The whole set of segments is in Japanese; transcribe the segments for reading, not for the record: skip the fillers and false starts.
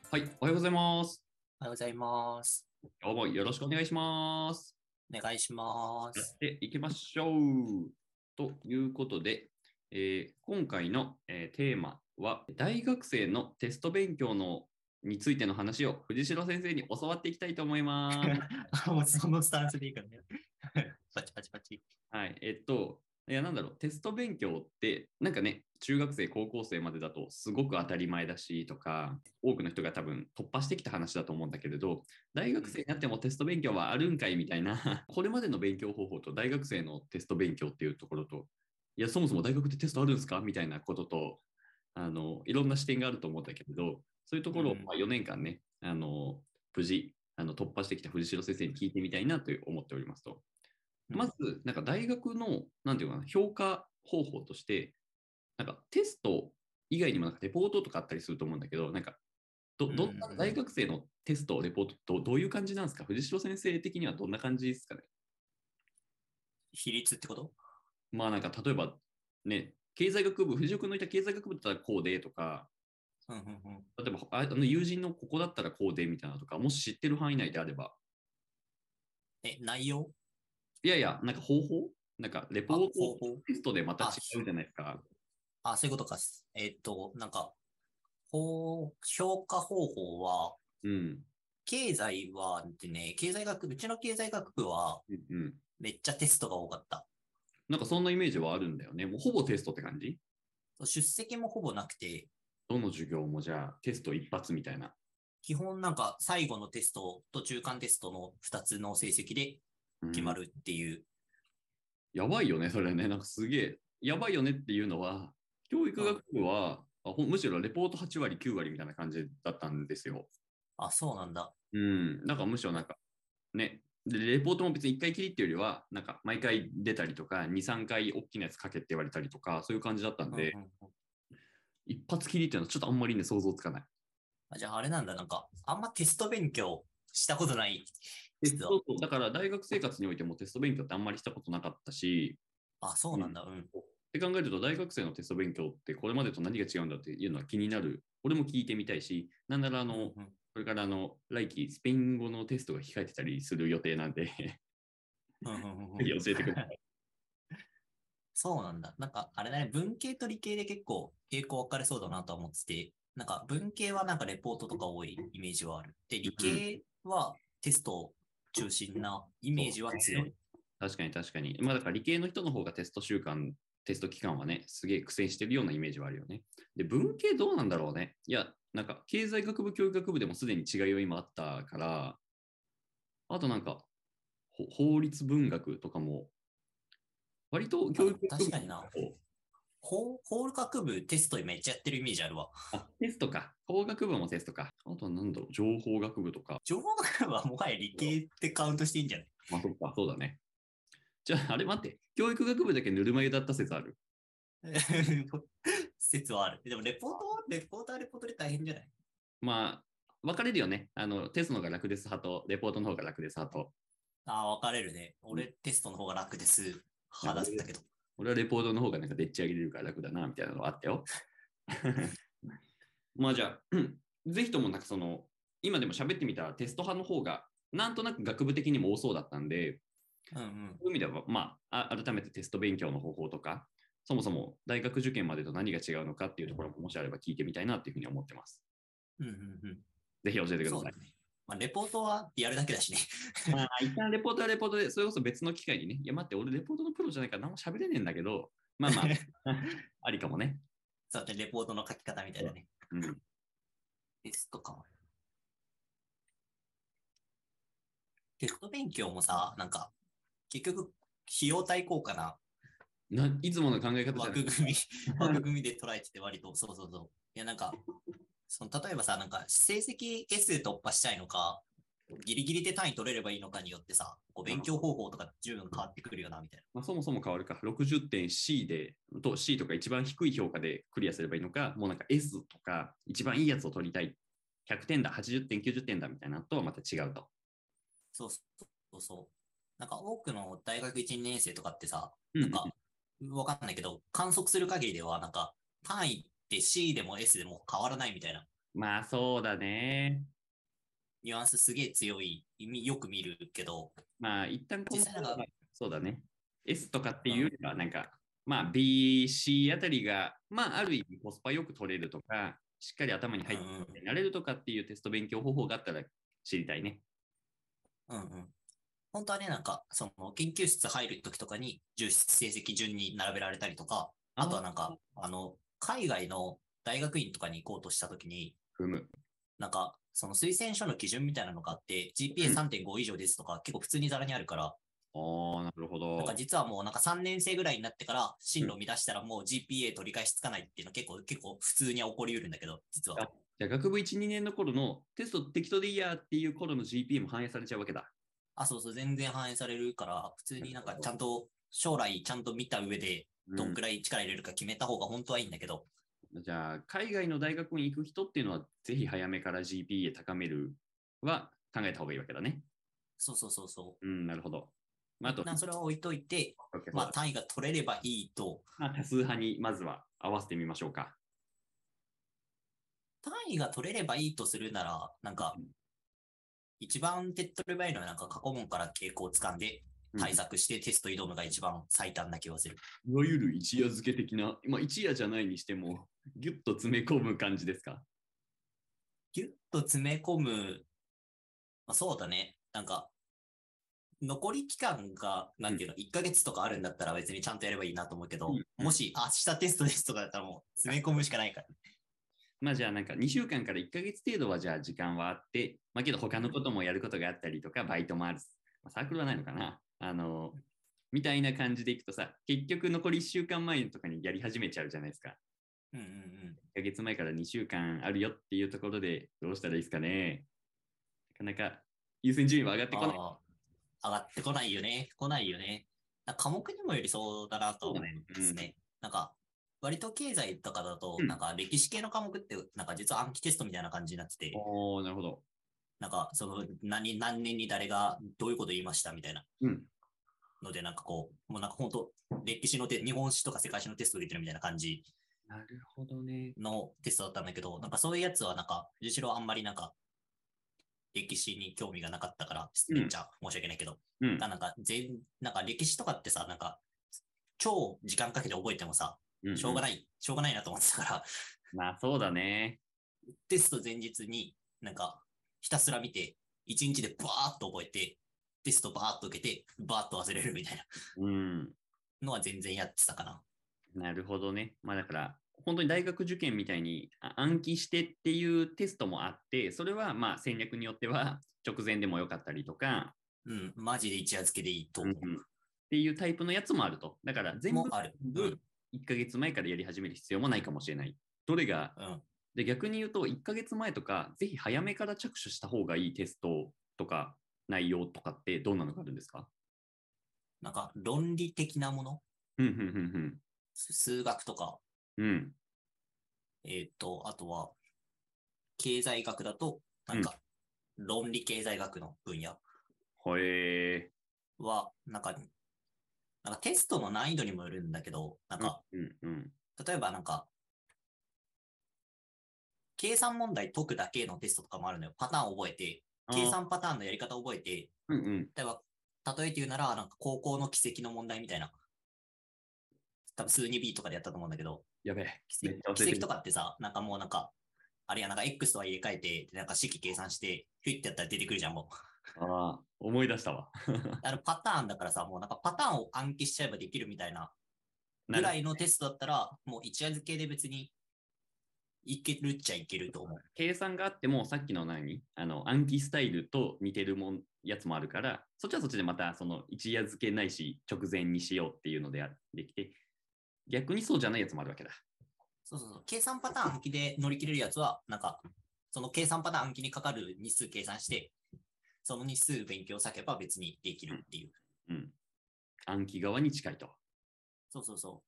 はい、おはようございます。 おはようございます。 今日もよろしくお願いします。 お願いします。 やっていきましょう。ということで、今回の、テーマは、大学生のテスト勉強についての話を藤代先生に教わっていきたいと思います。 もうそのスタンスでいいからね。パチパチパチ。 はい、いや、なんだろう、テスト勉強って、なんかね、中学生、高校生までだとすごく当たり前だしとか、多くの人が多分突破してきた話だと思うんだけれど、大学生になってもテスト勉強はあるんかいみたいな、これまでの勉強方法と大学生のテスト勉強っていうところと、いや、そもそも大学ってテストあるんですかみたいなことと、いろんな視点があると思うんだけれど、そういうところを、 うん。 4年間ね、無事、突破してきた藤代先生に聞いてみたいなと思っておりますと。 うん。 まず、なんか大学の、なんていうかな、評価方法として、なんかテスト以外にもなんかレポートとかあったりすると思うんだけど、なんかうん。 どんな大うん。 学生のテスト、レポートどういう感じなんですか？藤代先生的にはどんな感じですかね？ 比率ってこと？ まあなんか例えばね、経済学部、藤代君のいた経済学部だったらこうでとか、 うん。うん。うん。 例えばあの友人のここだったらこうでみたいなとか、もし知ってる範囲内であれば、 内容？ いやいや、なんか方法なんかレポート方法？ テストでまた違あ、 うじゃないですか。 そういうことか。なんか、評価方法は、 うん。 経済は、でね、うちの経済学部は、 うんうん。 めっちゃテストが多かった。 なんかそんなイメージはあるんだよね。もうほぼテストって感じ？ 出席もほぼなくて、 どの授業もじゃあテスト一発みたいな。 基本なんか最後のテストと中間テストの2つの成績でうん。 決まるっていう。 やばいよね、それね。なんかすげえ。やばいよねっていうのは、教育うん。 学部は、むしろレポート8割、9割みたいな感じだったんですよ。 あ、そうなんだ。 うん。だからむしろなんかね、で、レポートも別に1回きりっていうよりは、なんか毎回出たりとか、2、3回大きなやつ書けって言われたりとか、そういう感じだったんうん。うで、 ん。うん。 一発きりっていうのはちょっとあんまりね、想像つかない。 じゃああれなんだ、なんか、あんまテスト勉強したことない、実は。 そうそう。だから大学生活においてもテスト勉強ってあんまりしたことなかったし、 あ、そううん。 なんだ、うん。 って考えると、大学生のテスト勉強ってこれまでと何が違うんだっていうのは気になる。俺も聞いてみたいし、なんならうん。うん。 これから来期スペイン語のテストが控えてたりする予定なんでうん。うん。うん。 ぜひ教えてください。 そうなんだ。なんか、あれだね、文系と理系で結構傾向分かれそうだなとは思ってて、なんか文系はなんかレポートとか多いイメージはある。で、理うん。 系はテスト中心なイメージそうは強い。 ね。確かに確かに。まあだから理系の人の方がテスト期間はね、すげえ苦戦してるようなイメージはあるよね。で、文系どうなんだろうね。いや、なんか経済学部、教育学部でもすでに違いは今あったから、あとなんか法律文学とかも、割とあ、でも教育学部確かにな。法学部テストめっちゃやってるイメージあるわ。 テストか。工学部もテストか。あとはなんだろう、情報学部とか。 情報学部はもはや理系ってカウントしていいんじゃない？ まあ、そっか、そうだね。じゃあ、あれ待って。教育学部だけぬるま湯だった説ある？ 説はある。でもレポートで大変じゃない？ まあ、分かれるよね。テストの方が楽です派と、レポートの方が楽です派と。 分かれるね。 うん。 俺テストの方が楽です。 なんか俺、 派だったけど。 俺はレポートの方がなんかでっち上げれるから楽だな、みたいなのがあったよ。まあじゃあ、ぜひともなんか今でも喋ってみたテスト派の方が、なんとなく学部的にも多そうだったんで、 うんうん。 そういう意味では、まあ、改めてテスト勉強の方法とか、そもそも大学受験までと何が違うのかっていうところももしあれば聞いてみたいなっていうふうに思ってます。 うんうんうん。 ぜひ教えてください。 そうだね。まあ、レポートはやるだけだしね。 まあ、一旦レポートはレポートで、それこそ別の機会にね、いや待って、俺レポートのプロじゃないから何も喋れねえんだけど、まあまあ、ありかもね。 そうね、レポートの書き方みたいなね。 うん。 テストか。テスト勉強もさ、なんか、結局、費用対効果ないつもの考え方じゃない。 枠組み、枠組みで捉えてて割と、そうそうそう。いや、なんか、例えばさ、なんか、成績 S で突破したいのか、ギリギリで単位取れればいいのかによってさ、こう勉強方法とか十分変わってくるよな、みたいな。 まあ、そもそも変わるか。60点 C C とか一番低い評価でクリアすればいいのか、もうなんか S とか一番いいやつを取りたい。100点だ、80点、90点だみたいなのとはまた違うと。 そうそうそう。なんか多くの大学1、2年生とかってさ、 うんうん。 なんか、わかんないけど、観測する限りでは、なんか、単位って C でも S でも変わらないみたいな。 まあそうだね。 ニュアンスすげえ強い、意味よく見るけど、 まあ一旦この、 実際なんか、 そうだね。S とかってうん、 いうよりは、なんか、まあ B、C あたりが、まあある意味コスパよく取れるとか、しっかり頭に入ってうん、 なれるとかっていうテスト勉強方法があったら知りたいね。 うん、うん。本当はね、なんか、その研究室入るときとかに、重視成績順に並べられたりとか、あとああ、 はなんか、海外の大学院とかに行こうとしたときに、 踏む。 なんか、その推薦書の基準みたいなのがあって、 うん。 GPA3.5 以上ですとか、結構普通にざらにあるから、 ああ、なるほなんかど。 実はもうなんか3年生ぐらいになってから進路うん。 を乱したらもう GPA 取り返しつかないっていうの結構普通に起こりうるんだけど、実は。 あ、じゃあ学部1、2年の頃のテスト適当でいいやっていう頃の GPA も反映されちゃうわけだ。 あ、そうそう、全然反映されるから、普通になんかちゃんと将来ちゃんと見た上で、 うん。 どんくらい力入れるか決めた方が本当はいいんだけど、 じゃあ、海外の大学に行く人っていうのは、ぜひ早めから GPA 高めるは考えた方がいいわけだね。 そうそうそうそうん、なるほど。 う。 まあ、あと、 一旦それは置いといて、 そうだ。 単位が取れればいいと、 まあ、多数派にまずは合わせてみましょうか。 単位が取れればいいとするなら、なんか一番手っ取り早いのはなんか過去問から傾向をつかんでうん。 対策してテスト挑むが一番最短な気はする。 いわゆる一夜漬け的な、まあ、一夜じゃないにしても、ぎゅっと詰め込む感じですか？ ギュッと詰め込む、そうだね。なんか、残り期間が、なうん。 んていうの、1ヶ月とかあるんだったら別にちゃんとやればいいなと思うけど、 うん。うん。 もし明日テストですとかだったらもう詰め込むしかないから。 まあじゃあなんか2週間から1ヶ月程度はじゃあ時間はあって、まあけど他のこともやることがあったりとか、バイトもある。まあ、サークルはないのかな、みたいな感じでいくとさ、結局残り1週間前とかにやり始めちゃうじゃないですか。 うんうんうん。 1ヶ月前から2週間あるよっていうところでどうしたらいいですかね。なかなか優先順位は上がってこない。 ああ、上がってこないよね。来ないよね。なんか科目にもよりそうだなと思そうだね。うん。 うんですね。なんか、割と経済とかだと、なんうん。 か歴史系の科目って、なんか実は暗記テストみたいな感じになってて、 おー、なるほど。 なんか、その、何年に誰がどういうこと言いましたみたいなうん。 ので、なんかこう、もうなんか本当、歴史の日本史とか世界史のテストを受けてるみたいな感じなるほどね。 のテストだったんだけど、なんかそういうやつはなんか、むしろあんまりなんか、歴史に興味がなかったから、 うん。 めっちゃ申し訳ないけど、 うん。 なんか歴史とかってさ、なんか、超時間かけて覚えてもさ、 うん。うん。 しょうがないなと思ってたから、 まあそうだね。 テスト前日になんか、ひたすら見て、一日でバーっと覚えて、テストバーっと受けて、バーっと忘れるみたいなうん。 のは全然やってたかな。 なるほどね。まあだから、本当に大学受験みたいに暗記してっていうテストもあって、それはまあ戦略によっては直前でもよかったりとか、 うん、マジで一夜漬けでいいと思うんうん、っていうタイプのやつもあると。だからう。 全部もある。うん、 1ヶ月前からやり始める必要もないかもしれない。どれが、 うん。 で逆に言うと1ヶ月前とか、ぜひ早めから着手した方がいいテストとか内容とかってどんなのがあるんですか？ なんか、論理的なもの、 うんうんうん数学とか、 うん。うん。 あとは、経済学だと、なうん。 んか、論理経済学の分野ほえは、なんかテストの難易度にもよるんだけど、なんー。うんか、 うんうん。 例えばなんか、計算問題解くだけのテストとかもあるのよ。パターンを覚えて、計ああ、 算パターンのやり方を覚えて、 うんうん。 例えば、例えて言うなら、なんか高校の奇跡の問題みたいな、多分数 2B とかでやったと思うんだけど、 やべえ。めっちゃ忘れ奇跡とてる。 かってさ、なんかもうなんか、あれやなんか X とは入れ替えて、なんか式計算して、フィッてやったら出てくるじゃん、もう。 ああ、思い出したわ。 あのパターンだからさ、もうなんかパターンを暗記しちゃえばできるみたいななるほど。 ぐらいのテストだったら、もう一夜漬けで別にいけるっちゃいけると思う。 計算があっても、さっきの何暗記スタイルと似てるやつもあるから、そっちはそっちでまた、その一夜漬けないし、直前にしようっていうのでできて、逆にそうじゃないやつもあるわけだ。 そうそうそう。計算パターン暗記で乗り切れるやつは、なんか、その計算パターン暗記にかかる日数計算して、その日数勉強さけば別にできうん。 るっていう。 うん。暗記側に近いと。 そうそうそう。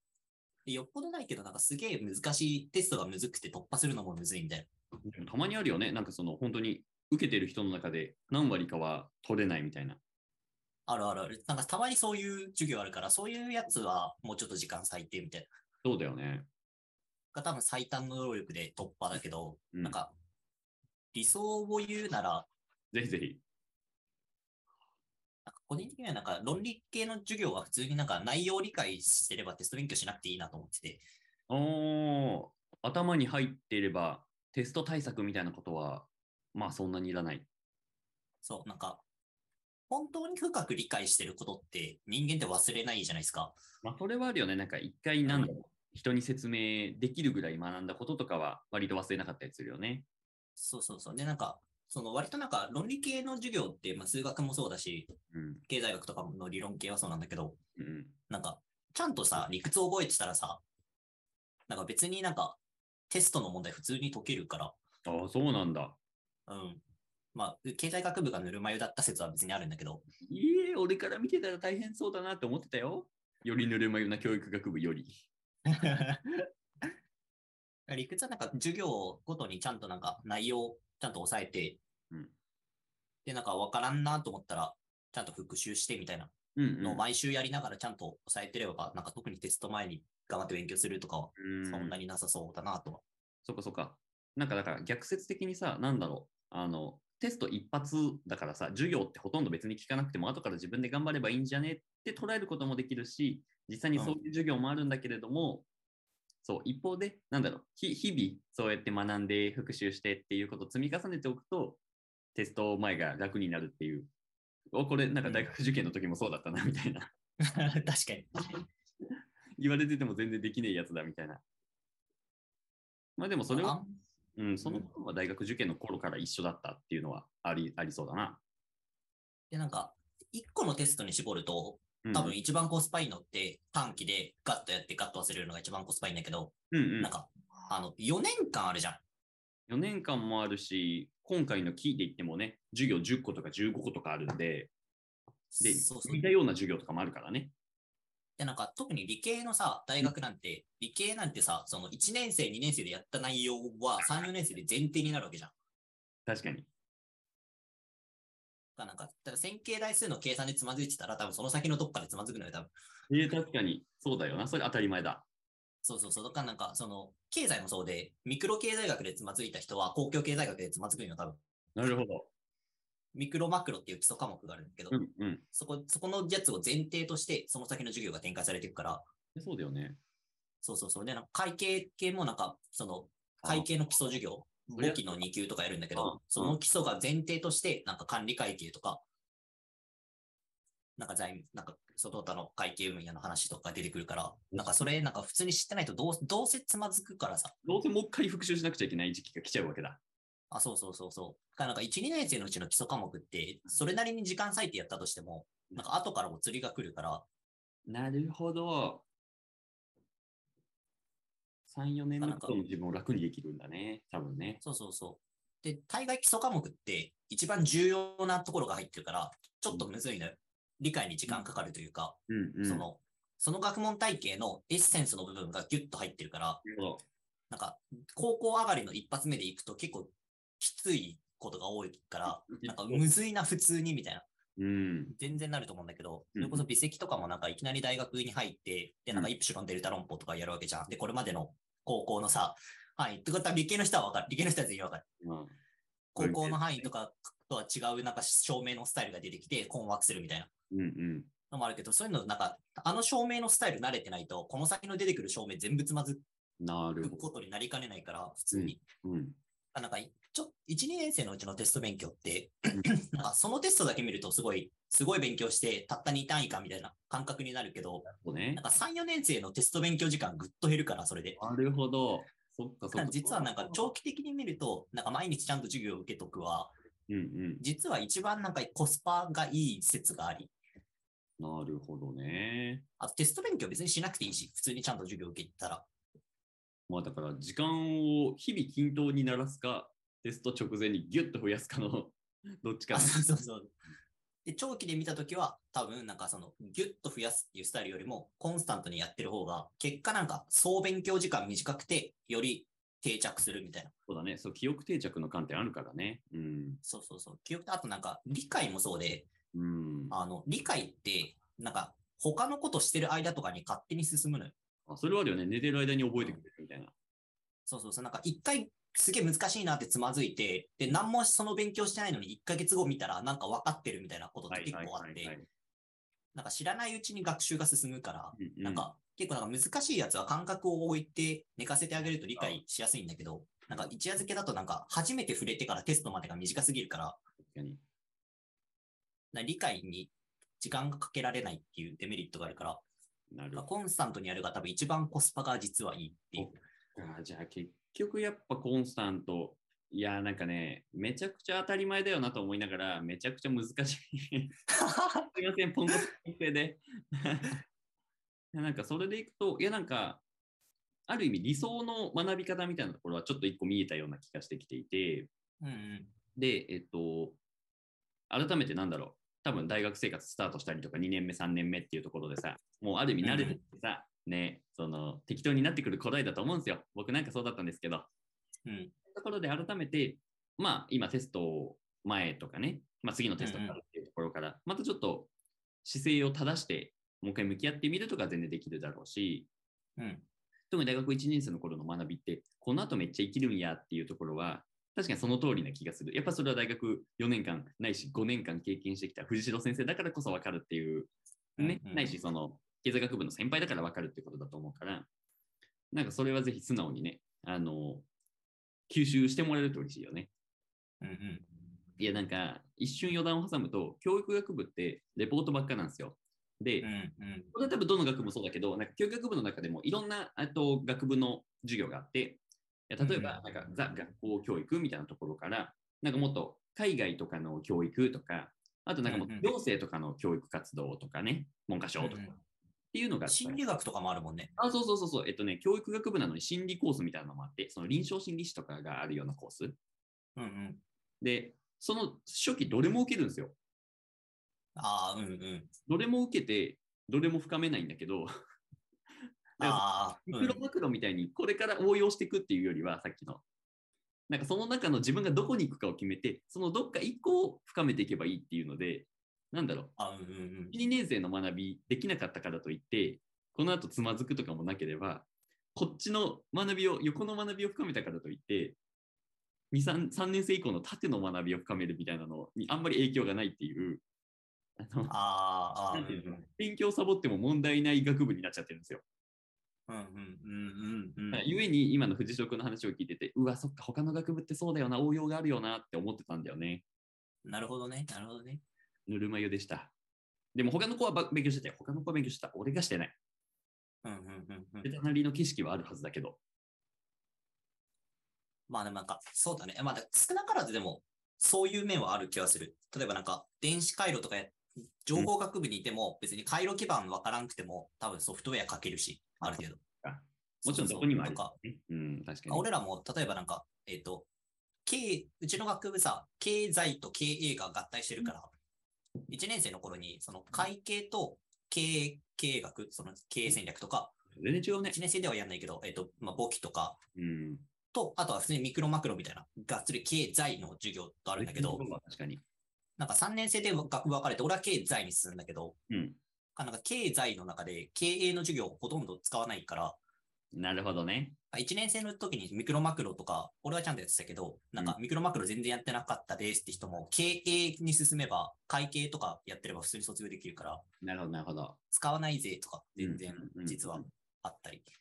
でよっぽどないけど、なんかすげえ難しいテストがむずくて突破するのもむずいみたいな。 でもたまにあるよね。なんかその本当に受けてる人の中で何割かは取れないみたいな。 あるあるある。なんかたまにそういう授業あるから、そういうやつはもうちょっと時間割いてみたいな。 そうだよね。 が多分最短の能力で突破だけど、 うん。 なんか理想を言うなら、 ぜひぜひ。 なんか個人的にはなんか論理系の授業は普通になんか内容を理解してればテスト勉強しなくていいなと思ってて、 おー、頭に入っていれば、テスト対策みたいなことは、まあそんなにいらない。 そう、なんか本当に深く理解してることって人間って忘れないじゃないですか。 まあそれはあるよね。なんか一回うん。 人に説明できるぐらい学んだこととかは割と忘れなかったりするよね。 そうそうそう。で、なんか、その割となんか論理系の授業って、まあ、数学もそうだし、 うん。 経済学とかの理論系はそうなんだけど、 うん。 なんか、ちゃんとさ、理屈を覚えてたらさ、なんか別になんかテストの問題普通に解けるから、 ああ、そうなんだ。 うん。まあ、経済学部がぬるま湯だった説は別にあるんだけど、 いえ、俺から見てたら大変そうだなって思ってたよ。よりぬるま湯な教育学部より。 理屈はなんか授業ごとにちゃんとなんか内容をちゃんと押さえて、 うん。 で、なんかわからんなと思ったら、ちゃんと復習してみたいなのをうん毎週やりながらちゃんと押さえてれば、なんか特にテスト前に頑張って勉強するとかは、 うん。うん。 そんなになさそうだなとは。 そっかそっか。なんかだから逆説的にさ、なんだろう。テスト一発だからさ、授業ってほとんど別に聞かなくても、後から自分で頑張ればいいんじゃねって捉えることもできるし、実際にうん。 そういう授業もあるんだけれども、そう、一方で、なんだろう、日々そうやって学んで復習してっていうことを積み重ねておくと、テスト前が楽になるっていう、これなんか大うん。 学受験の時もそうだったなみたいな。 確かに。 言われてても全然できねえやつだみたいな。まあでもそれは、 あん、 うん、そのうん。 頃は大学受験の頃から一緒だったっていうのはありそうだな。 で、なんか、一個のテストに絞ると、 うんうん。 多分一番コスパいいのって短期でガッとやってガッと忘れるのが一番コスパいいんだけど、 うんうん。 なんか、4年間あるじゃん。 4年間もあるし、今回の期で言ってもね、授業10個とか15個とかあるんで、で、 そうそう。 似たような授業とかもあるからね。 で、なんか特に理系のさ、大学なんて、理系なんてさ、その1年生、2年生でやった内容は3、4年生で前提になるわけじゃん。 確かに。 なんか、だから線形代数の計算でつまずいてたら、多分その先のどっかでつまずくのよ、多分。 確かに。そうだよな。それ当たり前だ。 そうそうそう。だからなんか、その、経済もそうで、ミクロ経済学でつまずいた人は、公共経済学でつまずくのよ、多分。 なるほど。 ミクロマクロっていう基礎科目があるんだけど、 うんうん。 そこのやつを前提として、その先の授業が展開されていくから、 そうだよね。 そうそうそう。で、なんか会計系もなんか、その、会あ、 計の基礎授業、 そりゃ、 簿記の2級とかやるんだけど、そうんうん。 の基礎が前提として、なんか管理会計とか、なんか財務、なんか、その他の会計分野の話とか出てくるから、なんかそれ、なんか普通に知ってないとどうせつまずくからさ。 どうせもう一回復習しなくちゃいけない時期が来ちゃうわけだ。 あ、そうそうそうそう。だからなんか1、2年生のうちの基礎科目って、それなりに時間割いてやったとしても、なんか後からお釣りが来るから、 なるほど。3、4年のなんか、 頃の自分を楽にできるんだね。多分ね。 そうそうそう。で、大概基礎科目って一番重要なところが入ってるから、ちょっとむずいのよ。理解に時間かかるというか、 うんうん。なるその、その学問体系のエッセンスの部分がギュッと入ってるから、 ほど。 なんか、高校上がりの一発目で行くと結構きついことが多いから、なんかむずいな普通にみたいな、 うん。 全然なると思うんだけど、 うんそれこそ微積とかもなんかいきなり大学に入って、で、なんかうん。 イプシロンデルタ論法とかやるわけじゃん。で、これまでの高校のさ、はい。ってことは理系の人はわかる。理系の人は全員わかる。 うん。 高校の範囲とかとは違うなんか照明のスタイルが出てきて困惑するみたいなうんうん。 のもあるけど、そういうのなんか、あの照明のスタイル慣れてないと、この先の出てくる照明全部つまずくなるほど。 ことになりかねないから、普うん。 通に。 うん。 なんか、1、2年生のうちのテスト勉強って、 うん。 なんかそのテストだけ見るとすごい勉強して、たった2単位かみたいな感覚になるけど、 そうね。 なんか3、4年生のテスト勉強時間ぐっと減るから、それで。 なるほど。そっかそっか。 実はなんか長期的に見ると、なんか毎日ちゃんと授業を受けとくは、 うんうん。 実は一番なんかコスパがいい説があり、 なるほどね。 あとテスト勉強別にしなくていいし、普通にちゃんと授業を受けたら。 まあだから時間を日々均等にならすか、テスト直前にギュッと増やすかのどっちかあ、 な。 そうそうそう。で、長期で見たときは、多分なんかそのギュッと増やすっていうスタイルよりも、コンスタントにやってる方が、結果なんか総勉強時間短くて、より定着するみたいな。 そうだね。そう、記憶定着の観点あるからね。うん。 そうそうそう。記憶と、あとなんか理解もそうで、 うん。 理解って、なんか他のことしてる間とかに勝手に進むのよ。 あ、それはあるよね。寝てる間に覚えてくうん。 れるみたいな。 そうそうそう。なんか一回すげえ難しいなってつまずいて、で、何もその勉強してないのに1ヶ月後見たらなんか分かってるみたいなことって結構あって、なんか知らないうちに学習が進むから、なんか結構なんか難しいやつは感覚を置いて寝かせてあげると理解しやすいんだけど、なんか一夜漬けだとなんか初めて触れてからテストまでが短すぎるから、理解に時間がかけられないっていうデメリットがあるから、コンスタントにやるが多分一番コスパが実はいいっていう。 じゃあ結局やっぱコンスタント、いやなんかね、めちゃくちゃ当たり前だよなと思いながら、めちゃくちゃ難しい。すいません、ポンコツ先生で。なんかそれでいくと、いやなんか、ある意味理想の学び方みたいなところはちょっと一個見えたような気がしてきていて、で、改めてなんだろう、多分大学生活スタートしたりとか2年目、3年目っていうところでさ、もうある意味慣れててさ、ね、その適当になってくる答えだと思うんですよ。僕なんかそうだったんですけど。ところで改めて、まあ今テスト前とかね、まあ次のテストからっていうところから、またちょっと姿勢を正して、もう一回向き合ってみるとか全然できるだろうし、特に大学1年生の頃の学びって、この後めっちゃ生きるんやっていうところは、確かにその通りな気がする。やっぱそれは大学4年間ないし5年間経験してきた藤代先生だからこそ分かるっていう、ね、ないしその経済学部の先輩だから分かるってことだと思うから、なんかそれはぜひ素直にね、吸収してもらえると嬉しいよね。いやなんか一瞬余談を挟むと、教育学部ってレポートばっかなんですよ。で、これは多分どの学部もそうだけど、なんか教育学部の中でもいろんな学部の授業があって、例えばなんかザ・学校教育みたいなところから、なんかもっと海外とかの教育とか、あとなんかもう行政とかの教育活動とかね、文科省とかっていうのが。 心理学とかもあるもんね。 そう。教育学部なのに心理コースみたいなのもあって、その臨床心理士とかがあるようなコース。で、その初期どれも受けるんですよ。どれも受けて、どれも深めないんだけど、ミクロマクロみたいにこれから応用していくっていうよりは、さっきの。なんかその中の自分がどこに行くかを決めて、そのどっか一個を深めていけばいいっていうので、なんだろう。2年生の学びできなかったからといって、この後つまずくとかもなければ、こっちの学びを、横の学びを深めたからといって、3年生以降の縦の学びを深めるみたいなのにあんまり影響がないっていう、勉強サボっても問題ない学部になっちゃってるんですよ。ゆえに今の藤代君の話を聞いてて、うわ、そっか、他の学部ってそうだよな、応用があるよなって思ってたんだよね。 なるほどね。 ぬるま湯でした。でも他の子は勉強してたよ。他の子は勉強してた。俺がしてない。隣の景色はあるはずだけど。 まあでもなんか、そうだね。まあ少なからずでも、そういう面はある気がする。例えばなんか、電子回路とか情報学部にいても、別に回路基盤わからんくても、多分ソフトウェア書けるし、ある程度。 もちろんどこにもある、 確かに。俺らも、例えばなんか、うちの学部さ、経済と経営が合体してるから、1年生の頃に、その会計と経営学、その経営戦略とか、 全然違うね。 1年生ではやんないけど、簿記とか、と、あとは普通にミクロマクロみたいな、がっつり経済の授業とあるんだけど、 確かに。 なんか3年生で学部分かれて、俺は経済に進んだけど、なんか経済の中で経営の授業をほとんど使わないから、 なるほどね。 1年生の時にミクロマクロとか、俺はちゃんとやってたけど、なんかミクロマクロ全然やってなかったですって人も、経営に進めば、会計とかやってれば普通に卒業できるから、 なるほど。 使わない税とか全然実はあったり。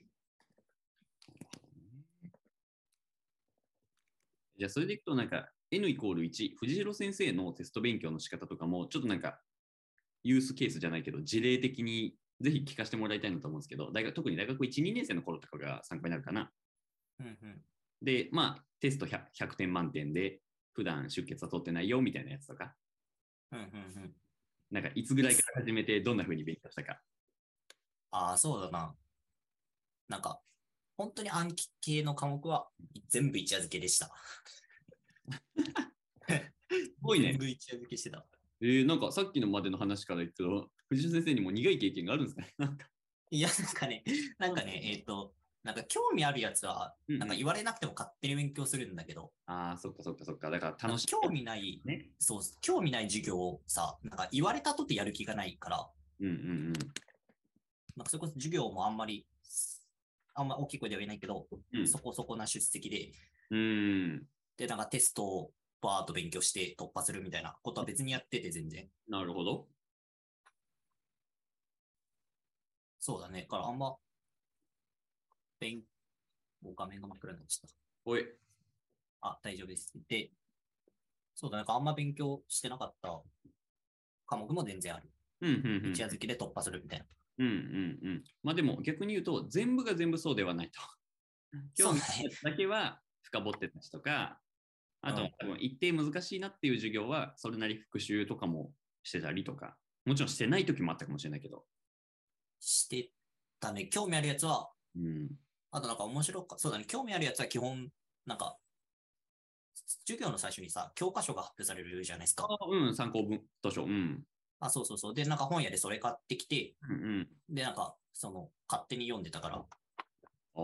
じゃあそれでいくとなんか N イコール1、藤代先生のテスト勉強の仕方とかも、ちょっとなんかユースケースじゃないけど、事例的にぜひ聞かせてもらいたいなと思うんですけど、特に大学1、2年生の頃とかが参考になるかな。で、まあ、テスト 100点満点で、普段出血は取ってないよみたいなやつとか。なんか、いつぐらいから始めて、どんな風に勉強したか。 そうだな。なんか、本当に暗記系の科目は全部一夜漬けでした。 すごいね。 全部一夜漬けしてた。 なんかさっきのまでの話から言うと、藤代先生にも苦い経験があるんですかね。 いや、なんかね、なんか興味あるやつは、なんか言われなくても勝手に勉強するんだけど。 そっか。だから楽しい。 興味ない、ね、そう、興味ない授業をさ、なんか言われたとってやる気がないから。なんかそれこそ授業もあんまりあんま大きい声では言えないけど、 うん。 そこそこな出席で、 うん。 で、なんかテストをバーっと勉強して突破するみたいなことは別にやってて全然。 なるほど。 そうだね。だからあんま、もう画面が真っ暗になっちゃっおい。 た。あ、大丈夫です。で、そうだね。なんかあんま勉強してなかった科目も全然ある。 うん、うん、うん。 一夜漬けで突破するみたいな。 うん、うん、うん。まあでも逆に言うと、全部が全部そうではないと。興味そうだね。 だけは深掘ってたしとか、あとはうん。 多分一定難しいなっていう授業は、それなり復習とかもしてたりとか、もちろんしてない時もあったかもしれないけど。 してたね。興味あるやつは、 うん。 あとなんか面白か、そうだね。興味あるやつは基本、なんか、授業の最初にさ、教科書が発表されるじゃないですか。 あうん、参考文図書。うん。 あ、そうそうそう。で、なんか本屋でそれ買ってきて、 うん、 で、なんか、勝手に読んでたから、 うん。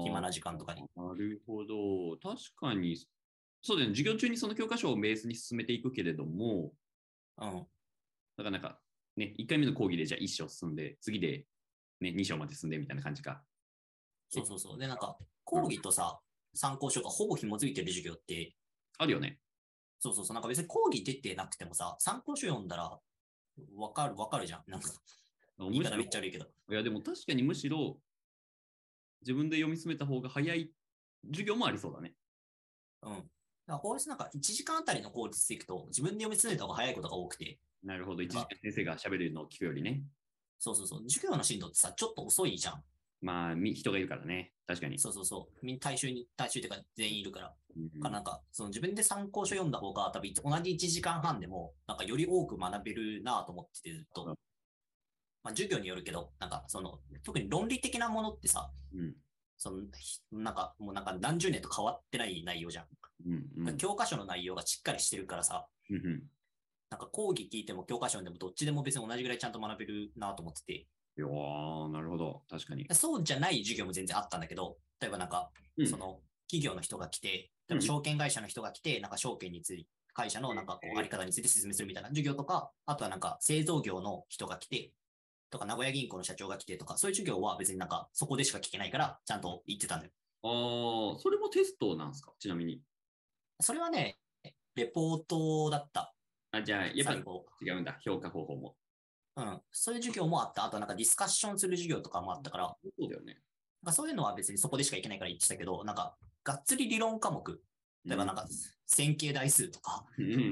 あ暇な時間とかに。 あ、なるほど。確かに、そうだよね。授業中にその教科書をベースに進めていくけれども、 うん。 だからなんか、ね、1回目の講義でじゃあ1章進んで、次で、ね、2章まで進んでみたいな感じか。 そうそうそう。で、なんか、講うん、 義とさ、参考書がほぼ紐づいてる授業って、 あるよね。 そうそうそう。なんか別に講義出てなくてもさ、参考書読んだら、わかるじゃん。なんか、言いむしろ、 方めっちゃ悪いけど。 いやでも確かにむしろ自分で読み進めた方が早い授業もありそうだね。 うん。だから法律なんか1時間あたりの効率でいくと、自分で読み進めた方が早いことが多くて、 なるほど。1 なんか、 時間先生が喋るのを聞くよりね。 そうそうそう。授業の進度ってさ、ちょっと遅いじゃん。 まあ、人がいるからね。確かに。 そうそうそう。大衆っていうか全員いるから。 うん、 なんか、その自分で参考書読んだ方が、多分同じ1時間半でも、なんかより多く学べるなと思っててずっと。まあ、授業によるけど、なんか特に論理的なものってさ、 うん、 なんか、もうなんか何十年と変わってない内容じゃん。 うん、うん、 教科書の内容がしっかりしてるからさ、 うん。 なんか講義聞いても教科書でもどっちでも別に同じぐらいちゃんと学べるなと思ってて、 いやー、なるほど。確かに。 そうじゃない授業も全然あったんだけど、例えばなんか、 うん、 企業の人が来て、 うん。 例えば証券会社の人が来て、なんか証券について、会社のなんかこう、あり方について説明するみたいな授業とか、あとはなんか製造業の人が来て、とか名古屋銀行の社長が来てとか、そういう授業は別になんかそこでしか聞けないから、ちゃんと言ってたんだよ。 ああ、それもテストなんですかちなみに。 それはね、レポートだった。 あ、じゃあ、やっぱ最後。 違うんだ。評価方法も。 うん。そういう授業もあった。あとなんかディスカッションする授業とかもあったから、 そうだよね。 なんかそういうのは別にそこでしか行けないから言ってたけど、なんか、がっつり理論科目、 うん、 例えばなんか、線形代数とか、 うん、うん、うん。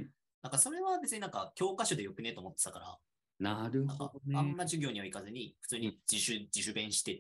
なんかそれは別になんか教科書でよくねと思ってたから、 なるほなんかあんどね。 ま授業には行かずに、普通うん、 に自主勉してって、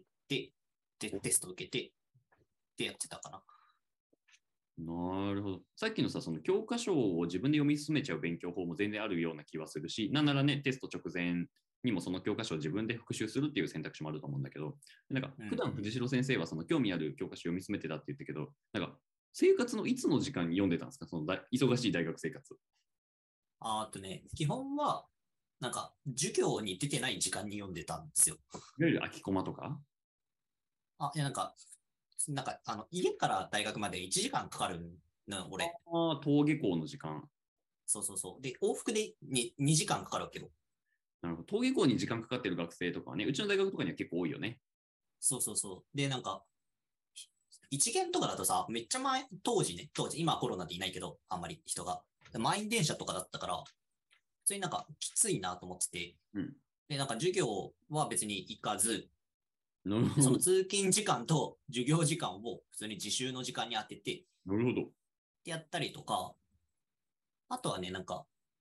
で、テスト受けて、ってやってたかな。 なるほど。さっきのさ、その教科書を自分で読み進めちゃう勉強法も全然あるような気はするし、なんならね、テスト直前にもその教科書を自分で復習するっていう選択肢もあると思うんだけど、なんか普うん。 段藤代先生はその興味ある教科書読み進めてたって言ったけど、なんか生活のいつの時間に読んでたんですかその忙しい大学生活。 あとね、基本は、なんか、授業に出てない時間に読んでたんですよ。 いわゆる空きコマとか。 あ、いや、なんか、家から大学まで1時間かかるの、俺。 ああ、登下校の時間。 そうそうそう。で、往復で2時間かかるわけよ。 なるほど。登下校に時間かかってる学生とかはね、うちの大学とかには結構多いよね。 そうそうそう。で、なんか、一元とかだとさ、めっちゃ前、当時、今はコロナでいないけど、あんまり人が。満員電車とかだったから、普通になんかきついなと思ってて、 うん。 で、なんか授業は別に行かず、で、 なるほど。 その通勤時間と授業時間を普通に自習の時間に当てて、 なるほど。 でやったりとか、あとはね、なんか、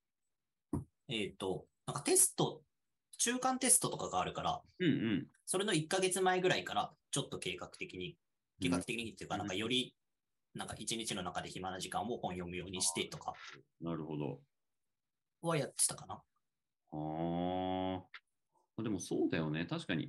なんか中間テストとかがあるから、 うんそれの1ヶ月前ぐらいから、ちょっとうん。うん。 計画的にっていうか、なんかより、なんか一日の中で暇な時間を本読むようにしてとかなるほど。 はやってたかな。 ああ。でもそうだよね。確かに。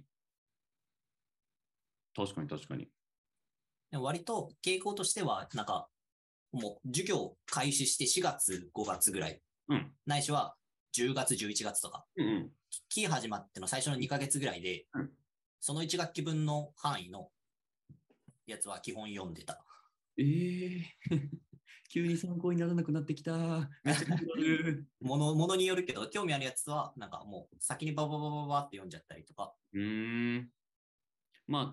確かに確かに。 でも割と傾向としては、なんか、もう授業開始して4月、5月ぐらい、 うん。 ないしは10月、11月とか、 うんうん。 期始まっての最初の2ヶ月ぐらいで、 うん、 その1学期分の範囲のやつは基本読んでた。 ええー急に参考にならなくなってきた。めっちゃ気になる。 ものによるけど、興味あるやつは、なんかもう先にバババババって読んじゃったりとか。 うーん。まあ、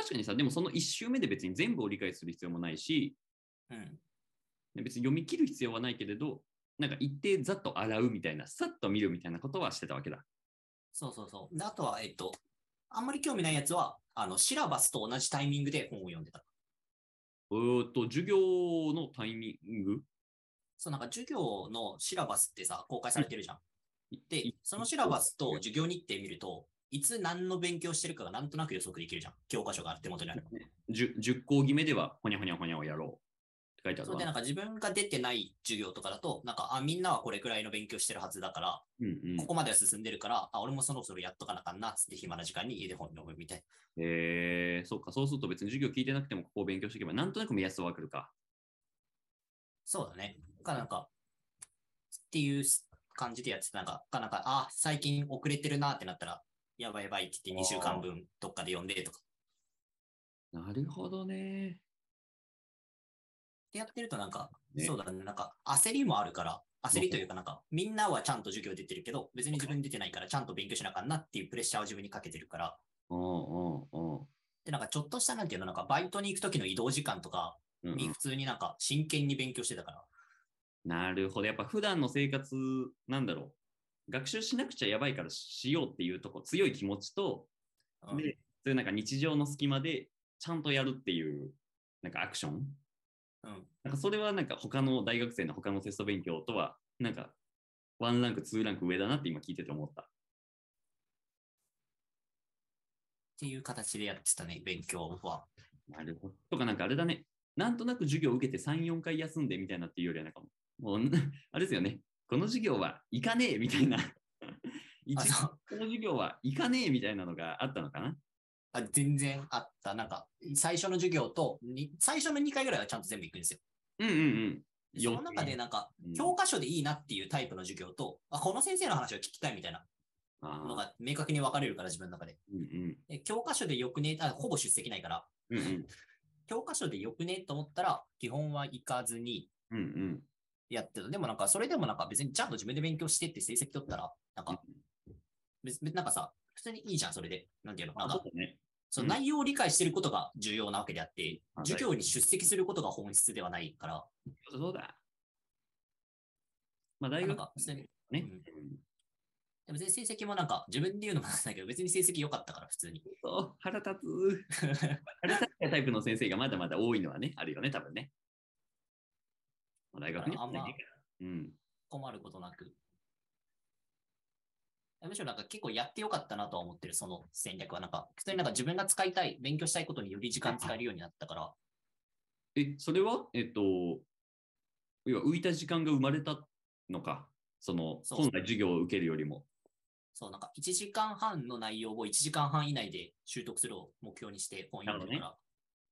確かにさ、でもその1周目で別に全部を理解する必要もないし、 うん。 別に読み切る必要はないけれど、なんか一定ざっと洗うみたいな、さっと見るみたいなことはしてたわけだ。 そうそうそう。で、あとは、あんまり興味ないやつは、シラバスと同じタイミングで本を読んでた。 授業のタイミング。 そう、なんか授業のシラバスってさ、公開されてるじゃん。で、 いそのシラバスと授業日程見ると、いつ何の勉強してるかがなんとなく予測できるじゃん。教科書が手元にある。 10講義目ではほにゃほにゃほにゃをやろうって書いてあるそうで、 わ。 なんか自分が出てない授業とかだと、なんか、みんなはこれくらいの勉強してるはずだから、 うんうん。 ここまでは進んでるから、俺もそろそろやっとかなあかんな、つって暇な時間に家で本読むみたいな。 そうか、そうすると別に授業聞いてなくてもここを勉強していけば、なんとなく目安はわかるか。 そうだね。なんか、っていう感じでやってた。最近遅れてるなってなったら、やばいやばいって言って2週間分どっかで読んでとか。 なるほどね。 ってやってるとね。 そうだね、焦りもあるから、焦りというかみんなはちゃんと授業出てるけど、別に自分出てないからちゃんと勉強しなあかんなっていうプレッシャーを自分にかけてるから、 うんうんうん。 で、ちょっとしたなんていうの、バイトに行く時の移動時間とかにうんうん、 普通に真剣に勉強してたから。 なるほど。やっぱ普段の生活、なんだろう。学習しなくちゃやばいからしようっていうとこ、強い気持ちと、 うん。 で、そういうなんか日常の隙間でちゃんとやるっていう、なんかアクション。 うん。 なんかそれはなんか他の大学生の他のテスト勉強とは、なんかワンランク、ツーランク上だなって今聞いてて思った。 っていう形でやってたね、勉強は。 なるほど。とかなんかあれだね。なんとなく授業を受けて3、4回休んでみたいなっていうよりはなんかもう、あれですよね。この授業は行かねえみたいな。 あ、そう。 この授業は行かねえみたいなのがあったのかな。 全然あった。最初の授業と最初の2回ぐらいはちゃんと全部行くんですよ。 うんうんうん。 でその中でうん、 教科書でいいなっていうタイプの授業と、この先生の話を聞きたいみたいなのああ、 が明確に分かれるから自分の中で。 うんうんで教科書でよくね、ほぼ出席ないから、 うんうん教科書でよくねと思ったら、基本は行かずにうんうんやってた。でもそれでも別にちゃんと自分で勉強してって成績取ったら、 うん。 別にさ、普通にいいじゃん、それで。なんていうの、 あ、そうだね。 そのうん。 内容を理解してることが重要なわけであって、 あ、 授業に出席することが本質ではないから、 そうだ。まあ大学普通に、うね。 ん。でも成績も自分で言うのもなんだけど、別に成績良かったから、普通に。 そう、腹立つ。腹立つタイプの先生がまだまだ多いのはね、あるよね、多分ね。まあ大だか学ね。 らあんまうん。 困ることなく。むしろ結構やってよかったなとは思ってる、その戦略は。普通に自分が使いたい、勉強したいことにより時間使えるようになったから、 それは要は浮いた時間が生まれたのか。その、 そう、 本来授業を受けるよりも。 そう、1時間半の内容を1時間半以内で習得するを目標にして本なるほどね。 読んでるから、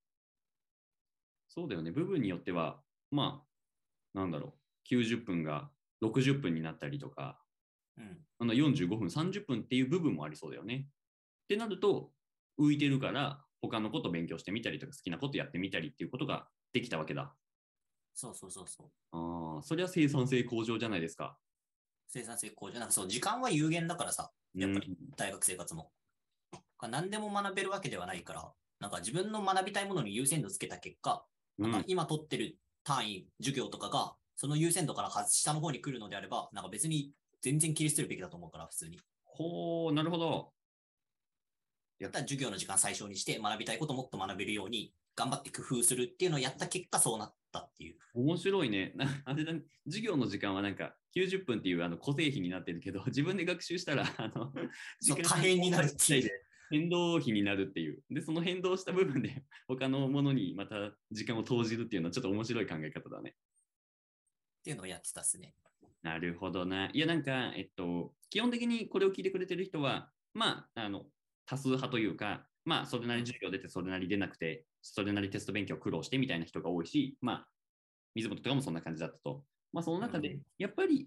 そうだよね。部分によっては、まあ、なんだろう。90分が60分になったりとか、 うん。 45分、30分っていう部分もありそうだよね。ってなると、浮いてるから、他のこと勉強してみたりとか、好きなことやってみたりっていうことができたわけだ。 そうそうそうそう。 ああ、そりゃ生産性向上じゃないですか。 生産性向上。そう、時間は有限だからさ、 うん。 やっぱり大学生活も。何でも学べるわけではないから、自分の学びたいものに優先度つけた結果、 うん。 今取ってる単位、授業とかが、その優先度から下の方に来るのであれば、別に全然切り捨てるべきだと思うから、普通に。 ほう、なるほど。いや、 だったら授業の時間最小にして学びたいことをもっと学べるように頑張って工夫するっていうのをやった結果そうなったっていう。 面白いね。あれだね、授業の時間はなんか90分っていう固定費になってるけど、自分で学習したら、時そう、 間可変になるっていう。 で変動費になるっていう。で、その変動した部分で他のものにまた時間を投じるっていうのはちょっと面白い考え方だね。 っていうのをやってたっすね。 なるほどな。いや、なんか、基本的にこれを聞いてくれてる人は、まあ、多数派というか、まあ、それなりに授業出て、それなり出なくて、それなりテスト勉強苦労してみたいな人が多いし、まあ、水本とかもそんな感じだったと。まあ、その中で、やっぱり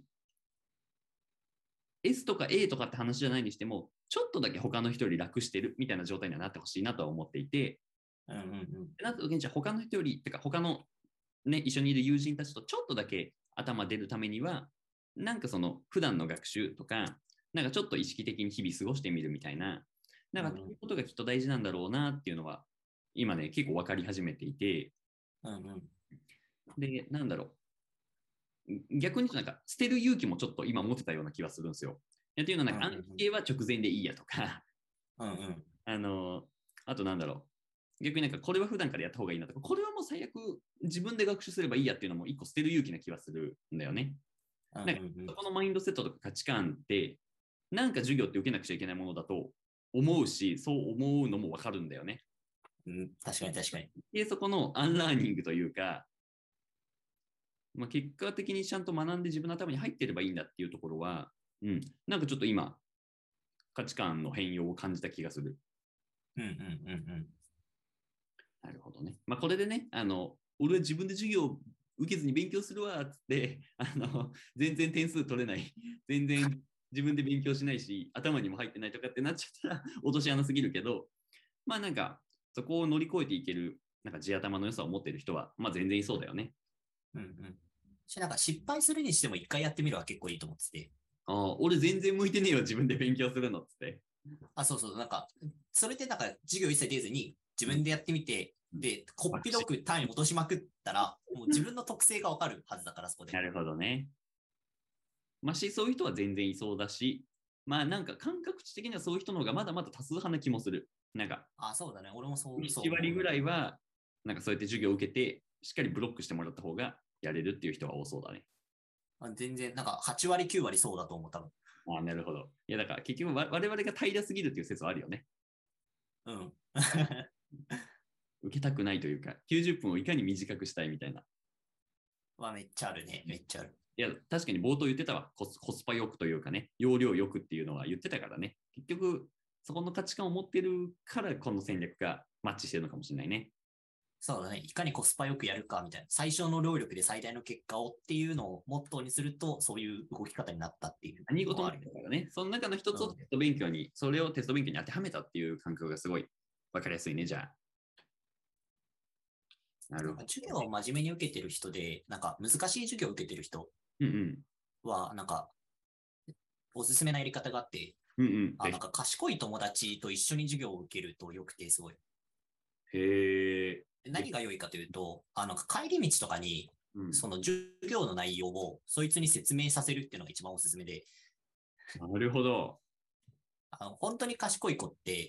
S とか A とかって話じゃないにしても、ちょっとだけ他の人より楽してるみたいな状態にはなってほしいなとは思っていて、 うんうんうん。 なった時に、じゃあ他の人より、てか他のね、一緒にいる友人たちとちょっとだけ頭出るためには、なんかその普段の学習とか、なんかちょっと意識的に日々過ごしてみるみたいな、なんかっていうことがきっと大事なんだろうなっていうのは今ね、結構分かり始めていて、 うんうん。 で、なんだろう。逆に言うとなんか、捨てる勇気もちょっと今持ってたような気がするんですよ。っていうのは、なんか、暗記は直前でいいやとか、 うんうん。 あの、あとなんだろう。逆になんか、これは普段からやった方がいいなとか、これはもう最悪自分で学習すればいいやっていうのも一個捨てる勇気な気がするんだよね。なんか、そこのマインドセットとか価値観って、なんか授業って受けなくちゃいけないものだと思うし、そう思うのもわかるんだよね。 うん、確かに確かに。 で、そこのアンラーニングというか、まあ、結果的にちゃんと学んで自分の頭に入ってればいいんだっていうところは、うん、なんかちょっと今、価値観の変容を感じた気がする。 うんうんうんうん。 なるほどね。まあ、これでね、俺は自分で授業を受けずに勉強するわっつって、全然点数取れない、全然自分で勉強しないし、頭にも入ってないとかってなっちゃったら落とし穴すぎるけど、まあなんか、そこを乗り越えていける、なんか地頭の良さを持っている人は、まあ全然いそうだよね。 うんうん。なんか失敗するにしても一回やってみるは結構いいと思ってて。 俺全然向いてねえよ、自分で勉強するのっつって。 あ、そうそう、なんか、それでなんか授業一切出ずに自分でやってみて、で、こっぴどく単位落としまくったら、もう自分の特性がわかるはずだから、そこで。 なるほどね。まあそういう人は全然いそうだし、まあなんか感覚値的にはそういう人の方がまだまだ多数派な気もする。なんか、 あ、そうだね。俺もそう 1割ぐ思う。 らいは、なんかそうやって授業を受けて、しっかりブロックしてもらった方がやれるっていう人は多そうだね。 全然、なんか8割、9割そうだと思う、多分。 なるほど。いや、だから結局我々が平らすぎるっていう説はあるよね。 うん。 受けたくないというか、90分をいかに短くしたいみたいな。 まあ、めっちゃあるね。めっちゃある。 いや、確かに冒頭言ってたわ。コスパよくというかね、容量よくっていうのは言ってたからね。結局、そこの価値観を持ってるから、この戦略がマッチしてるのかもしれないね。 そうだね。いかにコスパよくやるかみたいな。最小の労力で最大の結果をっていうのをモットーにすると、そういう動き方になったっていう何事もだのはある。 からね、その中の一つうん。 をテスト勉強に、それをテスト勉強に当てはめたっていう感覚がすごい分かりやすいね、じゃあ。なるほど。 授業を真面目に受けてる人で、なんか難しい授業を受けてる人うんうん。 は、なんかおすすめなやり方があって、 うんうん。ぜなんか賢い友達と一緒に授業を受けると良くて、すごい。 ひ。へえ。 何が良いかというと、なんか帰り道とかに、 うん。 その授業の内容をそいつに説明させるっていうのが一番おすすめで、 なるほど。 本当に賢い子って、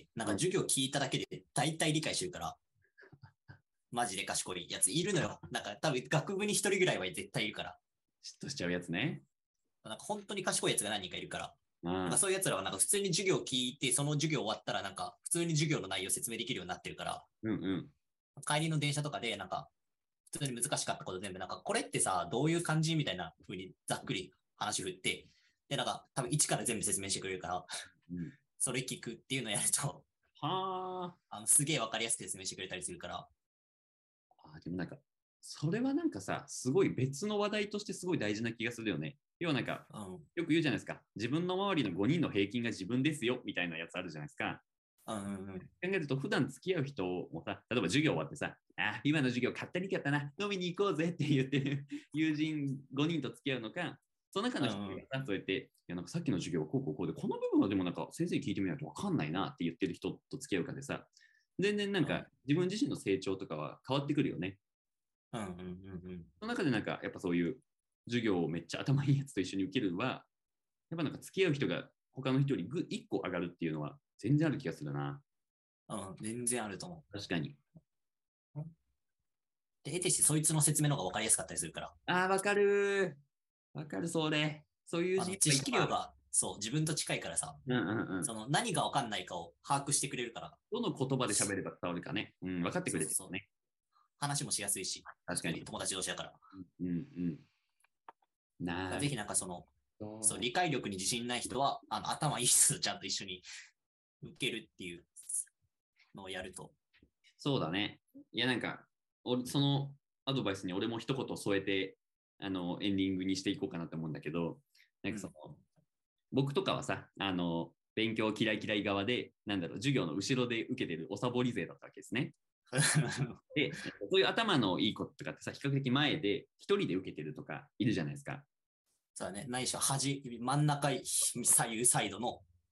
なんかうん。 授業聞いただけで大体理解してるから、マジで賢いやついるのよ。なんか多分学部に一人ぐらいは絶対いるから。 嫉妬しちゃうやつね。 なんか本当に賢いやつが何人かいるから。 うん。 なんかそういうやつらはなんか普通に授業を聞いて、その授業終わったらなんか普通に授業の内容を説明できるようになってるから、 うんうん。 帰りの電車とかでなんか普通に難しかったこと全部なんかこれってさ、どういう感じみたいな風にざっくり話振って、でなんか多分一から全部説明してくれるから、 うん、 それ聞くっていうのをやると、 はあ。 すげえわかりやすく説明してくれたりするから、 でもなんか、それはなんかさ、すごい別の話題としてすごい大事な気がするよね。要はなんか、 うん。 よく言うじゃないですか。自分の周りの5人の平均が自分ですよ、みたいなやつあるじゃないですか。 うんうんうん。 考えると、普段付き合う人もさ、例えば授業終わってさ、今の授業買ったりかったな、飲みに行こうぜって言ってる友人5人と付き合うのか、その中の1人がさ、そうやって、いやなんかさっきの授業こうこうこうで、この部分はでもなんか先生に聞いてみないと分かんないなって言ってる人と付き合うかでさ、全然なんか自分自身の成長とかは変わってくるよね。 うんうんうんうん。 その中でなんかやっぱそういう授業をめっちゃ頭いいやつと一緒に受けるは、やっぱなんか付き合う人が他の人より1個上がるっていうのは全然ある気がするな。 うん、全然あると思確かに。 う。で、得てしてそいつの説明の方が分かりやすかったりするから、 わかる。わかる、それ。そういう字知がいたわ。 識量が、そう、自分と近いからさ、 うんうんうん。 その何が分かんないかを把握してくれるから、 どの言葉で喋れば伝わるかね。うん、分かってくそうそうそう、 れてるね。 話もしやすいし、普確かに。 通に友達同士だから。 うんうん。なるぜひなんかその、そう、 ほど。 理解力に自信ない人は、頭いい人とちゃんと一緒に受けるっていうのをやると。 そうだね。いや、なんか、そのアドバイスに俺も一言添えて、エンディングにしていこうかなと思うんだけど、なんかその、僕とかはさ、勉強嫌い嫌い側で、なんだろう、授業の後ろで受けてるおサボり勢だったわけですね。で、そういう頭のいい子とかってさ、比較的前で一人で受けてるとかいるじゃないですか。 そうだね、ないしは真ん中、左右サイドの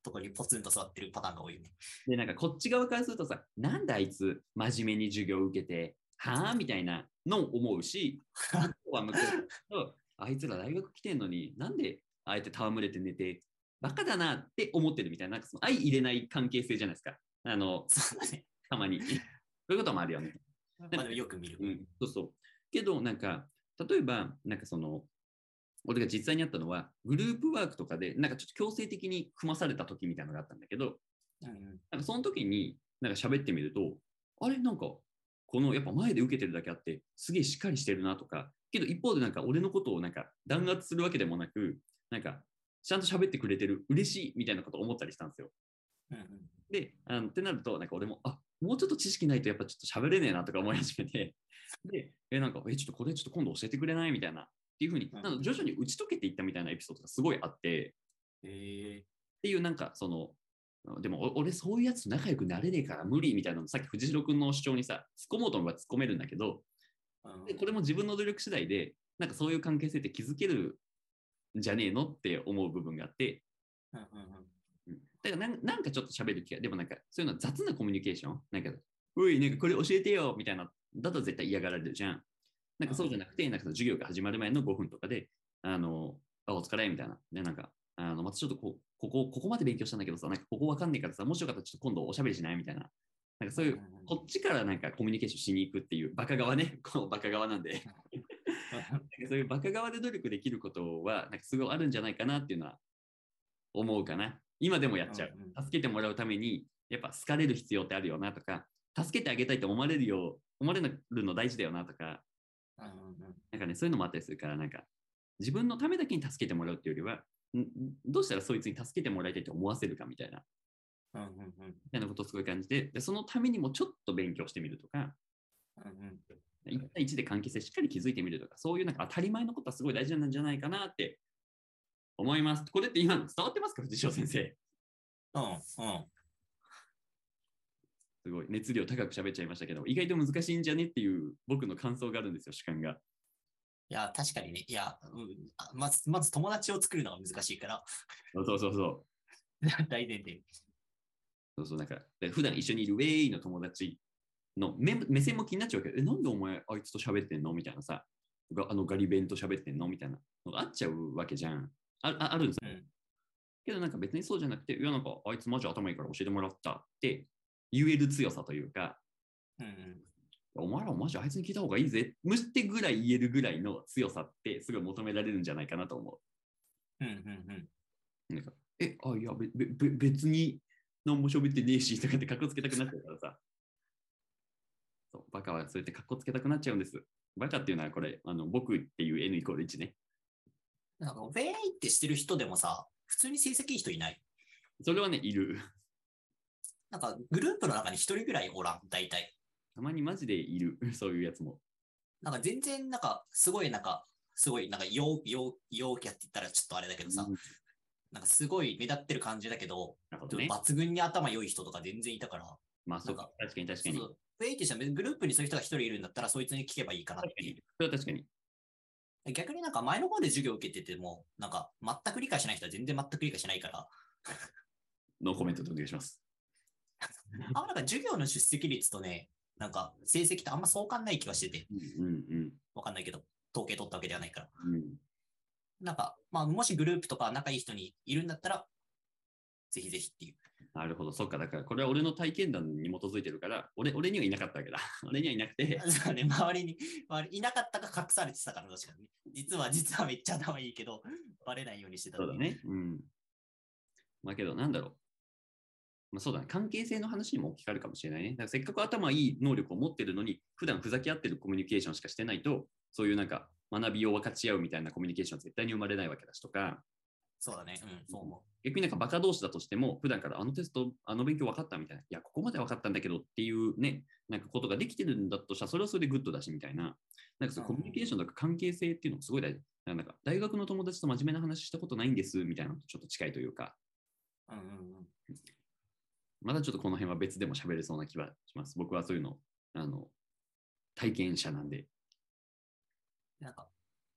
ところにポツンと座ってるパターンが多いよね。 で、なんかこっち側からするとさ、なんであいつ真面目に授業を受けて、はぁみたいなのを思うし、向こうは向こうと、あいつら大学来てんのに、なんであえて戯れて寝て、バカだなって思ってるみたいな、なんかその相入れない関係性じゃないですか。 そうだね。 たまに。そういうこともあるよね。 まあでもよく見る。 うん、そうそう。けど、なんか、例えば、なんかその、俺が実際にあったのは、グループワークとかで、なんかちょっと強制的に組まされた時みたいなのがあったんだけど、 うんうん、 なんかその時に、なんか喋ってみると、あれ、なんか、このやっぱ前で受けてるだけあって、すげえしっかりしてるなとか、けど一方でなんか俺のことをなんか弾圧するわけでもなく、なんかちゃんと喋ってくれてる、嬉しいみたいなことを思ったりしたんですよ。 うんうん、 で、ってなると、なんか俺も、もうちょっと知識ないとやっぱちょっと喋れねえなとか思い始めて、で、なんか、ちょっとこれちょっと今度教えてくれないみたいな、っていうふうに、なんか徐々に打ち解けていったみたいなエピソードがすごいあって、っていうなんかその、でも俺そういうやつと仲良くなれねえから無理みたいなのさっき藤代君の主張にさ、突っ込もうと思えば突っ込めるんだけど、でこれも自分の努力次第で、なんかそういう関係性って築けるんじゃねえのって思う部分があって、だからなんかちょっと喋る気が、でもなんかそういうの雑なコミュニケーション、なんか、おい、なんかこれ教えてよみたいな、だと絶対嫌がられるじゃん。なんかそうじゃなくて、なんか授業が始まる前の5分とかで、お疲れみたいな。で、なんか、またちょっとここまで勉強したんだけどさ、なんかここわかんないからさ、もしよかったらちょっと今度おしゃべりしないみたいな。なんかそういう、こっちからなんかコミュニケーションしに行くっていう、バカ側ね、このバカ側なんでそういうバカ側で努力できることは、なんかすごいあるんじゃないかなっていうのは思うかな。今でもやっちゃう。助けてもらうために、やっぱ好かれる必要ってあるよなとか、助けてあげたいと思われるの大事だよなとか、なんかね、そういうのもあったりするから、なんか、自分のためだけに助けてもらうっていうよりは、どうしたらそいつに助けてもらいたいと思わせるかみたいな、みたいなことをすごい感じて、でそのためにもちょっと勉強してみるとか、1対1で関係性しっかり築いてみるとか、そういうなんか当たり前のことはすごい大事なんじゃないかなって思います。これって今伝わってますか、藤代先生。すごい熱量高く喋っちゃいましたけど、意外と難しいんじゃねっていう僕の感想があるんですよ、主観が。 いや、確かにね。いや、まず友達を作るのが難しいから。 そうそうそう。 大前提。 そうそう、なんか、普段一緒にいるウェイの友達の目線も気になっちゃうけど、なんでお前あいつと喋ってんのみたいなさ、ガリ弁と喋ってんのみたいなのがあっちゃうわけじゃん。あるんですよ。けどなんか別にそうじゃなくて、いやなんかあいつマジ頭いいから教えてもらったって言える強さというか、お前らマジあいつに聞いた方がいいぜ、むしてぐらい言えるぐらいの強さってすごい求められるんじゃないかなと思う。なんかいや別に何も喋ってねえしとかってかっこつけたくなっちゃうからさ。そうバカはそうやってかっこつけたくなっちゃうんです。バカっていうのはこれ、僕っていう N イコール1ね。 なんか、ウェイってしてる人でもさ、普通に成績いい人いない？ それはね、いる。 なんか、グループの中に一人ぐらいおらん、大体。 たまにマジでいる。そういうやつも。 なんか全然、すごい、陽キャって言ったらちょっとあれだけどさ、なんかすごい目立ってる感じだけど、 ね、 抜群に頭良い人とか全然いたから。 まあ、そうか。確かに確かに。 ウェイってしたらグループにそういう人が一人いるんだったら、そいつに聞けばいいかなっていう。 それは確かに。 逆になんか前の方で授業を受けてても、なんか全く理解しない人は全然全く理解しないから。 ノーコメントでお願いします。 なんか授業の出席率とね、なんか成績ってあんま相関ない気がしてて。わかんないけど、統計取ったわけではないから。なんか、まあ、もしグループとか仲いい人にいるんだったら、ぜひぜひっていう。 なるほど、そっか。だから、これは俺の体験談に基づいてるから、俺にはいなかったわけだ。俺にはいなくて。 そうね、周りにいなかったか隠されてたから確かにね。実はめっちゃ頭いいけど、バレないようにしてた。 そうだね。まあけど、なんだろう。まあ、そうだね。関係性の話にも置き換わるかもしれないね。だからせっかく頭いい能力を持ってるのに、普段ふざけ合ってるコミュニケーションしかしてないと、そういうなんか学びを分かち合うみたいなコミュニケーションは絶対に生まれないわけだしとか、 そうだね。そう思う。 逆になんかバカ同士だとしても、普段からあのテスト、あの勉強分かったみたいな、いや、ここまで分かったんだけどっていうね、なんかことができてるんだとしたら、それはそれでグッドだしみたいな、なんかそうコミュニケーションとか関係性っていうのもすごい大事。なんか大学の友達と真面目な話したことないんですみたいなのとちょっと近いというか、まだちょっとこの辺は別でも喋れそうな気はします。僕はそういうの、体験者なんで。 なんか、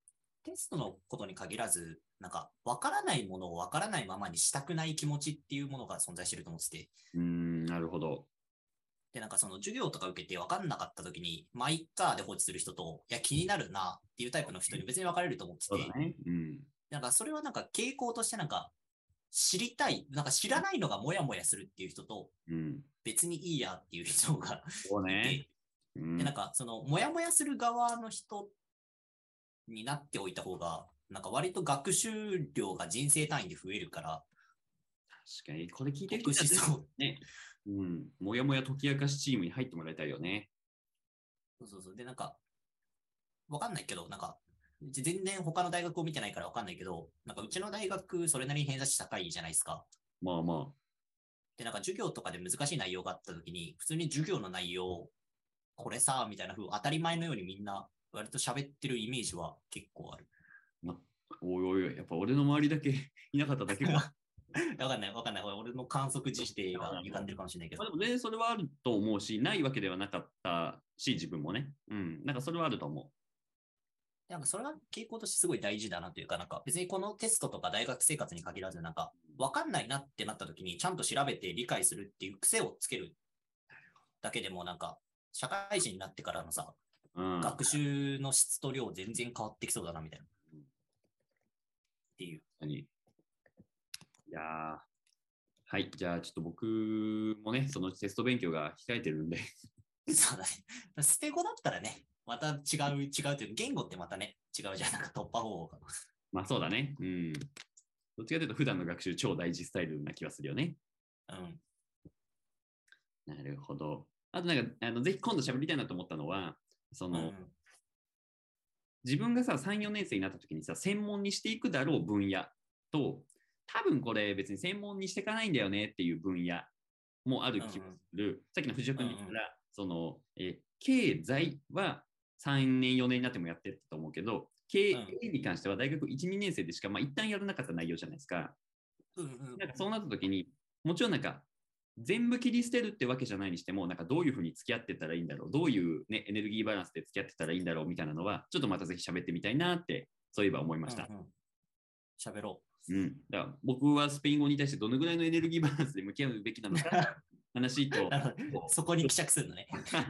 テストのことに限らず、なんか、わからないものをわからないままにしたくない気持ちっていうものが存在してると思ってて、 なるほど。 で、なんかその授業とか受けて分かんなかった時に、まあ、いっかで放置する人と、いや、気になるなっていうタイプの人に別に分かれると思ってて、 そうだね。 なんかそれはなんか傾向としてなんか、知りたい、なんか知らないのがモヤモヤするっていう人と、別にいいやっていう人がそうね。 いて、で、なんかそのモヤモヤする側の人になっておいた方が、なんか割と学習量が人生単位で増えるから、 確かに、これ聞いてる得し人そう。 ね。もやもや解き明かしチームに入ってもらいたいよね。 そうそうそう。で、なんか、わかんないけど、なんか、全然他の大学を見てないからわかんないけど、なんかうちの大学それなりに偏差値高いじゃないですか。 まあまで、なんか授業とかで難しい内容があった時に、普通に授業の内容、これさ、みたいな風当たり前のようにみんな割と喋ってるイメージは結構ある。 おいおいおい、やっぱ俺の周りだけいなかっただけか。 わかんない、わかんない。俺の観測自体が歪んでるかもしれないけど。 でも全然それはあると思うし、ないわけではなかったし、自分もね。なんかそれはあると思なんかそれは傾向としてすごい大事だなというか、なんか別にこのテストとか大学生活に限らず、なんかわかんないなってなった時にちゃんと調べて理解するっていう癖をつけるだけでもなんか社会人になってからのさ、 う。 学習の質と量全然変わってきそうだなみたいな。っていう。 いやーはい。じゃあちょっと僕もね、そのテスト勉強が控えてるんで。 そうだね。スペ語だったらね、また違うというか、言語ってまたね、違うじゃん。なんか突破方法が。 まあそうだね。どっちかというと普段の学習超大事スタイルな気がするよね。 うん。 なるほど。あとなんか、ぜひ今度喋りたいなと思ったのは、その、自分がさ、3、4年生になった時にさ、専門にしていくだろう分野と、多分これ別に専門にしていかないんだよねっていう分野もある気がする。さっきの藤尾君に言ったら、その、経済は3年、4年になってもやってると思うけど、経営に関しては大学1、2年生でしか、まあ、一旦やらなかった内容じゃないですか。なんかそうなった時に、もちろんなんか、全部切り捨てるってわけじゃないにしても、なんかどういうふうに付き合ってったらいいんだろう、どういう、ね、エネルギーバランスで付き合ってたらいいんだろうみたいなのは、ちょっとまたぜひ喋ってみたいなって、そういえば思いました。 喋ろう。だから僕はスペイン語に対してどのぐらいのエネルギーバランスで向き合うべきなのか話とそこに希釈するのね。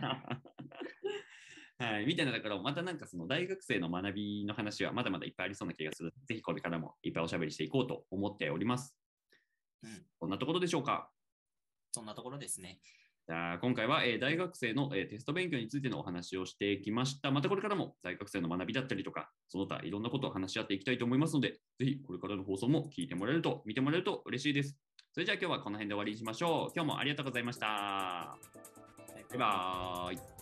はい、みたいなだからまたなんかその大学生の学びの話はまだまだいっぱいありそうな気がする。ぜひこれからもいっぱいおしゃべりしていこうと思っております。こんなところでしょうか。 そんなところですね。 じゃあ今回は、大学生の、テスト勉強についてのお話をしてきました。またこれからも大学生の学びだったりとか、その他いろんなことを話し合っていきたいと思いますので、ぜひこれからの放送も聞いてもらえると、見てもらえると嬉しいです。それじゃあ今日はこの辺で終わりにしましょう。今日もありがとうございました。バイバーイ。